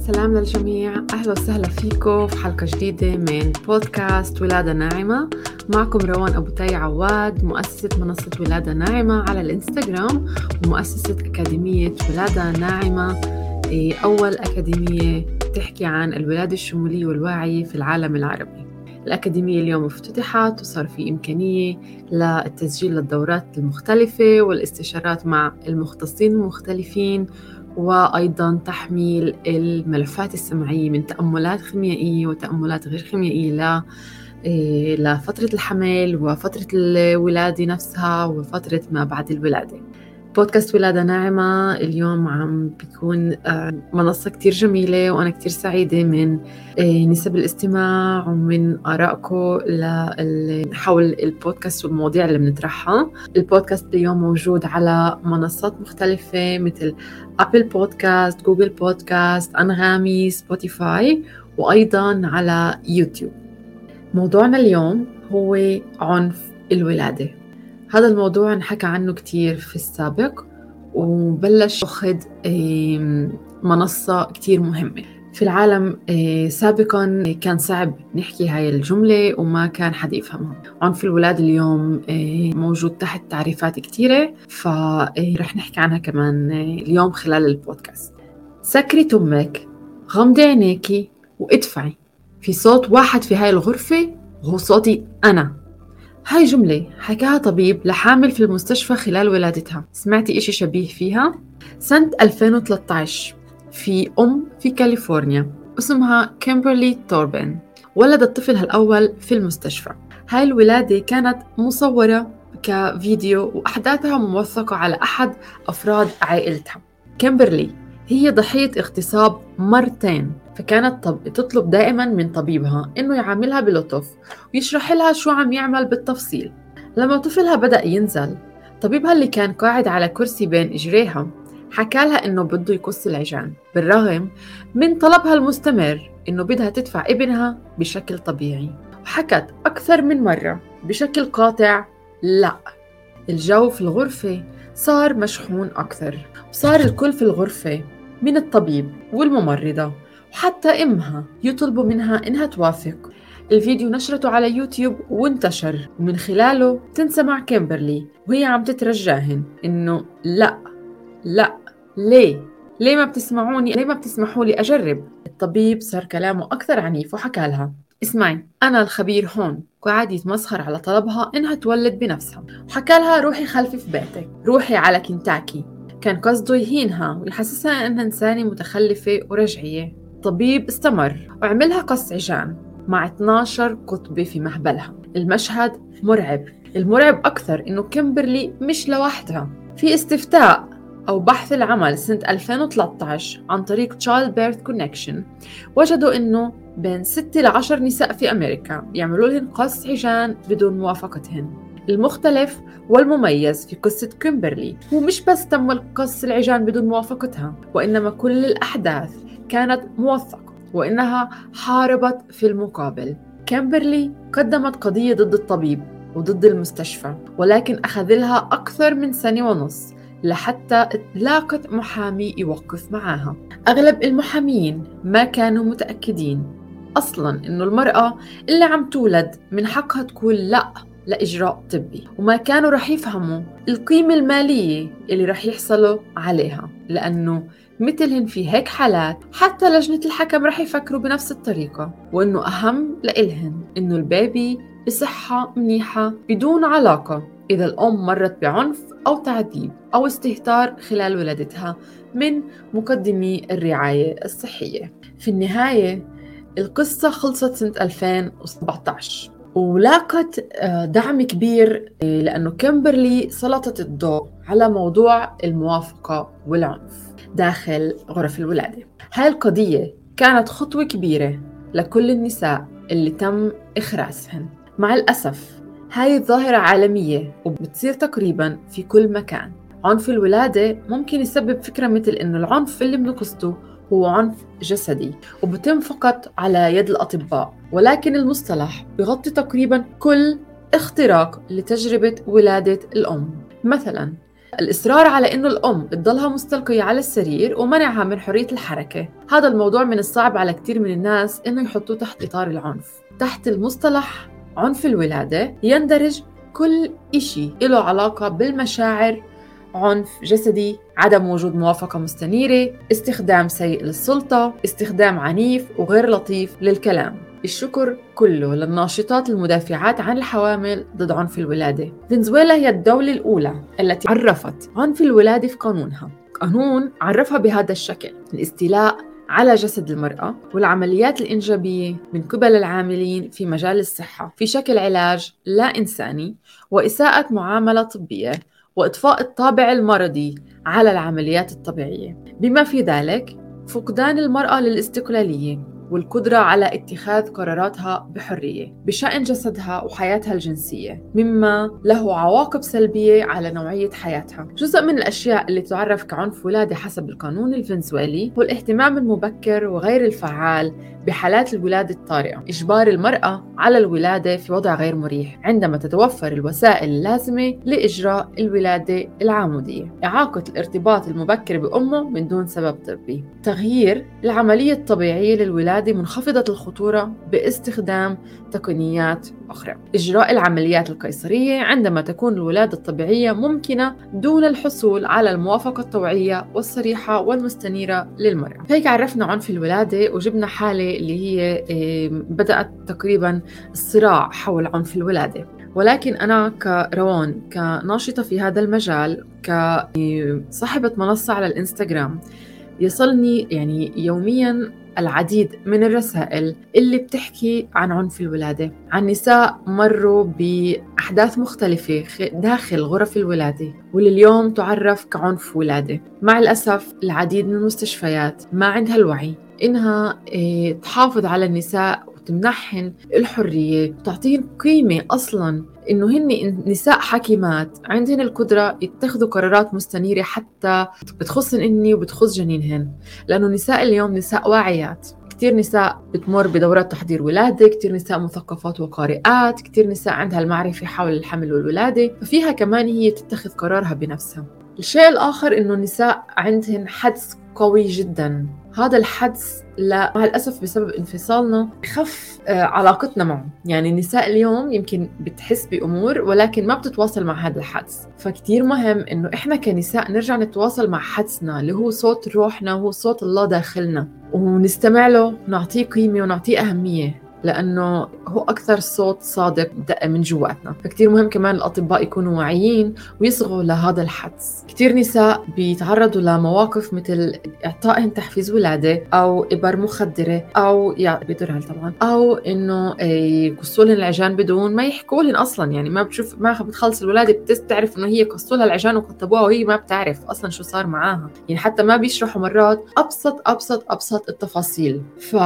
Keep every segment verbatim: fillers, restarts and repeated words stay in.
سلام للجميع، أهلا وسهلا فيكم في حلقة جديدة من بودكاست ولادة ناعمة. معكم روان أبو تاي عواد، مؤسسة منصة ولادة ناعمة على الإنستغرام ومؤسسة أكاديمية ولادة ناعمة، أول أكاديمية تحكي عن الولادة الشمولية والواعية في العالم العربي. الأكاديمية اليوم افتتحت وصار في إمكانية للتسجيل للدورات المختلفة والاستشارات مع المختصين المختلفين، وأيضاً تحميل الملفات السمعية من تأملات خيميائية وتأملات غير خيميائية لفترة الحمل وفترة الولادة نفسها وفترة ما بعد الولادة. بودكاست ولادة ناعمة اليوم عم بيكون منصة كتير جميلة، وأنا كتير سعيدة من نسب الاستماع ومن آرائكم حول البودكاست والمواضيع اللي بنطرحها. البودكاست اليوم موجود على منصات مختلفة مثل أبل بودكاست، جوجل بودكاست، أنغامي، سبوتيفاي، وأيضاً على يوتيوب. موضوعنا اليوم هو عنف الولادة. هذا الموضوع نحكى عنه كتير في السابق، وبلش أخذ منصة كتير مهمة في العالم. سابقاً كان صعب نحكي هاي الجملة وما كان حد يفهمها. عنف الولادة اليوم موجود تحت تعريفات كتيرة، فرح نحكي عنها كمان اليوم خلال البودكاست. سكري تمك، غمضي عينيكي وادفعي. في صوت واحد في هاي الغرفة وهو صوتي أنا. هاي جملة حكاها طبيب لحامل في المستشفى خلال ولادتها. سمعتي إشي شبيه فيها؟ سنة ألفين وثلاثة عشر في أم في كاليفورنيا اسمها كيمبرلي توربين ولدت طفلها الأول في المستشفى. هاي الولادة كانت مصورة كفيديو وأحداثها موثقة على أحد أفراد عائلتها. كيمبرلي هي ضحية اغتصاب مرتين، فكانت طب... تطلب دائما من طبيبها إنه يعاملها بلطف ويشرح لها شو عم يعمل بالتفصيل. لما طفلها بدأ ينزل، طبيبها اللي كان قاعد على كرسي بين إجريها حكى لها إنه بده يقص العجان، بالرغم من طلبها المستمر إنه بدها تدفع ابنها بشكل طبيعي. وحكت أكثر من مرة بشكل قاطع لا. الجو في الغرفة صار مشحون أكثر، وصار الكل في الغرفة من الطبيب والممرضة وحتى إمها يطلبوا منها إنها توافق. الفيديو نشرته على يوتيوب وانتشر، ومن خلاله تنسمع كيمبرلي وهي عم تترجاهن إنه لا لا ليه ليه ما بتسمعوني، ليه ما بتسمحوا لي أجرب. الطبيب صار كلامه أكثر عنيف وحكى لها اسمعي أنا الخبير هون، وقعد يتمسخر على طلبها إنها تولد بنفسها، وحكى لها روحي خلفي في بيتك، روحي على كنتاكي. كان قصده يهينها ويحسسها إنها إنسانة متخلفة ورجعية. الطبيب استمر وعملها قص عجان مع اثني عشر قطبة في مهبلها. المشهد مرعب. المرعب أكثر إنه كيمبرلي مش لوحدها. في استفتاء أو بحث العمل سنة ألفين وثلاثة عشر عن طريق Child Birth Connection وجدوا إنه بين ستة لعشر نساء في أمريكا بيعملوا لهن قص عجان بدون موافقتهن. المختلف والمميز في قصة كيمبرلي هو مش بس تم القص العجان بدون موافقتها، وإنما كل الأحداث كانت موثقة وإنها حاربت في المقابل. كيمبرلي قدمت قضية ضد الطبيب وضد المستشفى، ولكن أخذ لها أكثر من سنة ونص لحتى لاقت محامي يوقف معاها. أغلب المحامين ما كانوا متأكدين أصلاً إنه المرأة اللي عم تولد من حقها تقول لأ لإجراء طبي، وما كانوا رح يفهموا القيمة المالية اللي رح يحصلوا عليها، لأنه مثلهن في هيك حالات حتى لجنة الحكم رح يفكروا بنفس الطريقة، وإنه أهم لإلهن إنه البيبي بصحة منيحة بدون علاقة إذا الأم مرت بعنف أو تعذيب أو استهتار خلال ولادتها من مقدمي الرعاية الصحية. في النهاية القصة خلصت سنة ألفين وسبعة عشر ولاقت دعم كبير، لأنه كيمبرلي سلطت الضوء على موضوع الموافقة والعنف داخل غرف الولادة. هاي القضية كانت خطوة كبيرة لكل النساء اللي تم إخراسهن. مع الأسف هاي الظاهرة عالمية وبتصير تقريباً في كل مكان. عنف الولادة ممكن يسبب فكرة مثل إنه العنف اللي بنقصده هو عنف جسدي وبتم فقط على يد الأطباء، ولكن المصطلح بيغطي تقريباً كل اختراق لتجربة ولادة الأم. مثلاً الإصرار على إنه الأم تضلها مستلقية على السرير ومنعها من حرية الحركة. هذا الموضوع من الصعب على كتير من الناس إنه يحطوه تحت إطار العنف. تحت المصطلح عنف الولادة يندرج كل إشي له علاقة بالمشاعر، عنف جسدي، عدم وجود موافقة مستنيرة، استخدام سيء للسلطة، استخدام عنيف وغير لطيف للكلام. الشكر كله للناشطات المدافعات عن الحوامل ضد عنف الولادة. فنزويلا هي الدولة الأولى التي عرفت عنف الولادة في قانونها. قانون عرفها بهذا الشكل: الاستيلاء على جسد المرأة والعمليات الإنجابية من قبل العاملين في مجال الصحة في شكل علاج لا إنساني وإساءة معاملة طبية وإضفاء الطابع المرضي على العمليات الطبيعية، بما في ذلك فقدان المرأة للاستقلالية والقدرة على اتخاذ قراراتها بحرية بشأن جسدها وحياتها الجنسية، مما له عواقب سلبية على نوعية حياتها. جزء من الأشياء اللي تعرف كعنف ولادة حسب القانون الفنزويلي هو الاهتمام المبكر وغير الفعال بحالات الولادة الطارئة، إجبار المرأة على الولادة في وضع غير مريح عندما تتوفر الوسائل اللازمة لإجراء الولادة العمودية، إعاقة الارتباط المبكر بأمه من دون سبب طبي، تغيير العملية الطبيعية للولادة منخفضة الخطورة باستخدام تقنيات أخرى، إجراء العمليات القيصرية عندما تكون الولادة الطبيعية ممكنة دون الحصول على الموافقة الطوعية والصريحة والمستنيرة للمرأة. هيك عرفنا عنف الولادة وجبنا حالة اللي هي بدأت تقريباً الصراع حول عنف الولادة. ولكن أنا كروان كناشطة في هذا المجال، كصاحبة منصة على الإنستغرام، يصلني يعني يومياً العديد من الرسائل اللي بتحكي عن عنف الولادة، عن نساء مروا بأحداث مختلفة داخل غرف الولادة واللي اليوم تعرف كعنف ولادة. مع الأسف العديد من المستشفيات ما عندها الوعي إنها إيه تحافظ على النساء وتمنحهن الحرية وتعطيهن قيمة أصلاً، إنه هن نساء حكيمات عندهن القدرة يتخذوا قرارات مستنيرة حتى بتخصن إني وبتخص جنينهن، لأنه نساء اليوم نساء واعيات. كتير نساء بتمر بدورات تحضير ولادة، كتير نساء مثقفات وقارئات، كتير نساء عندها المعرفة حول الحمل والولادة، ففيها كمان هي تتخذ قرارها بنفسها. الشيء الآخر إنه النساء عندهن حدس قوي جداً. هذا الحدس لا مع الأسف بسبب انفصالنا خف علاقتنا معه. يعني النساء اليوم يمكن بتحس بأمور ولكن ما بتتواصل مع هذا الحدس، فكتير مهم إنه إحنا كنساء نرجع نتواصل مع حدسنا اللي هو صوت روحنا وهو صوت الله داخلنا، ونستمع له ونعطيه قيمة ونعطيه أهمية، لأنه هو أكثر صوت صادق دق من جواتنا. فكتير مهم كمان الأطباء يكونوا واعيين ويصغوا لهذا الحدس. كتير نساء بيتعرضوا لمواقف مثل إعطائهم تحفيز ولادة أو إبر مخدرة أو يعني بدرها طبعا، أو إنه يقصوا لهم العجان بدون ما يحكوا لهم أصلا. يعني ما بتشوف ما بتخلص الولادة بتعرف إنه هي قصوا لها العجان وقطبوها وهي ما بتعرف أصلا شو صار معاها. يعني حتى ما بيشرحوا مرات أبسط أبسط أبسط التفاصيل.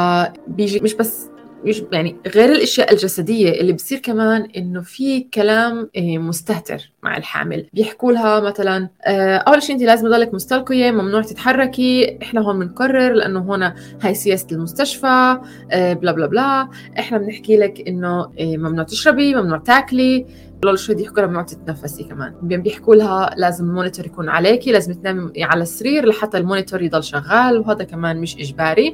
فبيجي مش بس يعني غير الاشياء الجسديه اللي بصير كمان انه في كلام مستهتر مع الحامل. بيحكوا لها مثلا اول شيء انت لازم تضلك مستلقيه، ممنوع تتحركي، احنا هون بنقرر لانه هون هاي سياسه المستشفى، بلا بلا بلا، احنا بنحكي لك انه ممنوع تشربي، ممنوع تاكلي، لول شوي بيحكوا لها ممنوع تتنفسي. كمان بيحكوا لها لازم المونيتور يكون عليكي، لازم تنامي على السرير لحتى المونيتور يضل شغال، وهذا كمان مش إجباري.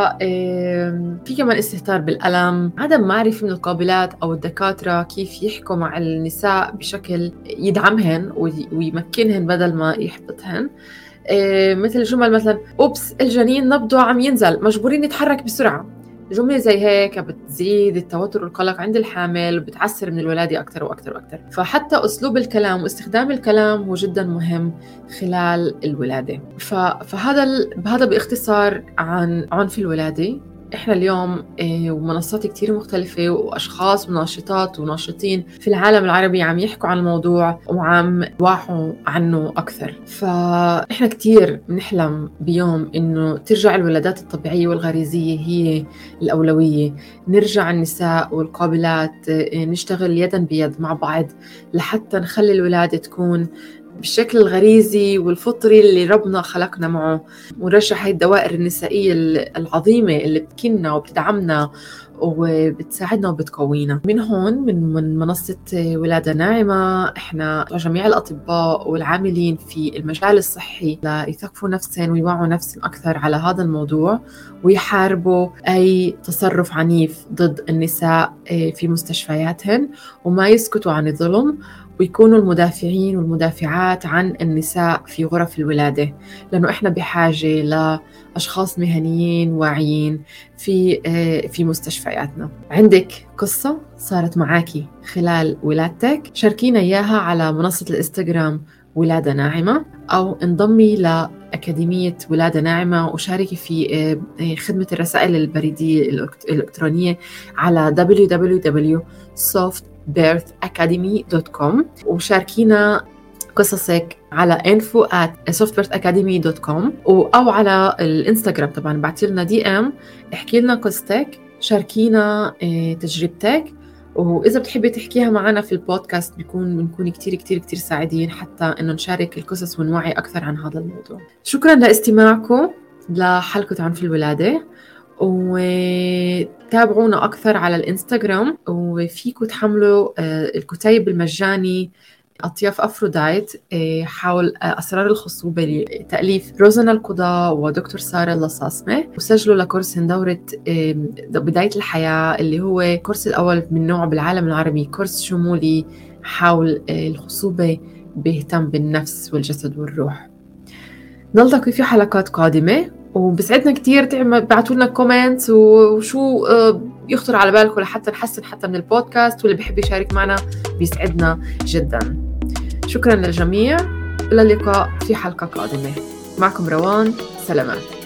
ففي كمان استهتار بالألم، عدم معرفة من القابلات أو الدكاترة كيف يحكوا مع النساء بشكل يدعمهن ويمكنهن بدل ما يحبطهن. مثل جمل مثلا أوبس الجنين نبضه عم ينزل، مجبورين نتحرك بسرعة. جملة زي هيك بتزيد التوتر والقلق عند الحامل وبتعسر من الولادة أكثر وأكثر وأكثر. فحتى أسلوب الكلام واستخدام الكلام هو جدا مهم خلال الولادة. فهذا بهذا باختصار عن عنف الولادة. إحنا اليوم ومنصات كتير مختلفة وأشخاص وناشطات وناشطين في العالم العربي عم يحكوا عن الموضوع وعم يوعوا عنه أكثر. فإحنا كتير بنحلم بيوم إنه ترجع الولادات الطبيعية والغريزية هي الأولوية، نرجع النساء والقابلات نشتغل يدا بيد مع بعض لحتى نخلي الولادة تكون بالشكل الغريزي والفطري اللي ربنا خلقنا معه، ونرجع هاي الدوائر النسائية العظيمة اللي بتكننا وبتدعمنا وبتساعدنا وبتقوينا. من هون من من منصة ولادة ناعمة احنا جميع الأطباء والعاملين في المجال الصحي ليثقفوا نفسهم ويوعوا نفسهم أكثر على هذا الموضوع، ويحاربوا أي تصرف عنيف ضد النساء في مستشفياتهن، وما يسكتوا عن الظلم، ويكونوا المدافعين والمدافعات عن النساء في غرف الولادة، لأنه إحنا بحاجة لأشخاص مهنيين واعيين في في مستشفياتنا. عندك قصة صارت معاكي خلال ولادتك؟ شاركينا إياها على منصة الإنستغرام ولادة ناعمة، أو انضمي لأكاديمية ولادة ناعمة وشاركي في خدمة الرسائل البريدية الإلكترونية على دبليو دبليو دبليو دوت soft birth academy دوت كوم، وشاركينا قصصك على info at soft birth academy دوت كوم، أو على الإنستغرام طبعاً بعتي لنا دي ام، احكي لنا قصتك، شاركينا تجربتك، وإذا بتحبي تحكيها معنا في البودكاست بيكون بنكون كتير كتير كتير سعيدين حتى إنه نشارك القصص ونوعي أكثر عن هذا الموضوع. شكراً لاستماعكم لحلقة عنف الولادة، وتابعونا أكثر على الإنستغرام، وفيكم تحملوا الكتيب المجاني أطياف أفروديت حول أسرار الخصوبة لتأليف روزانا القضاء ودكتور سارة اللصاصمة، وسجلوا لكورس دورة بداية الحياة اللي هو كورس الأول من نوعه بالعالم العربي، كورس شمولي حول الخصوبة بيهتم بالنفس والجسد والروح. نلتقي في حلقات قادمة، وبسعدنا كتير تبعتوا لنا كومنتس وشو يخطر على بالكم لحتى نحسن حتى من البودكاست، واللي بيحب يشارك معنا بيسعدنا جدا. شكرا للجميع، إلى اللقاء في حلقة قادمة. معكم روان، سلامات.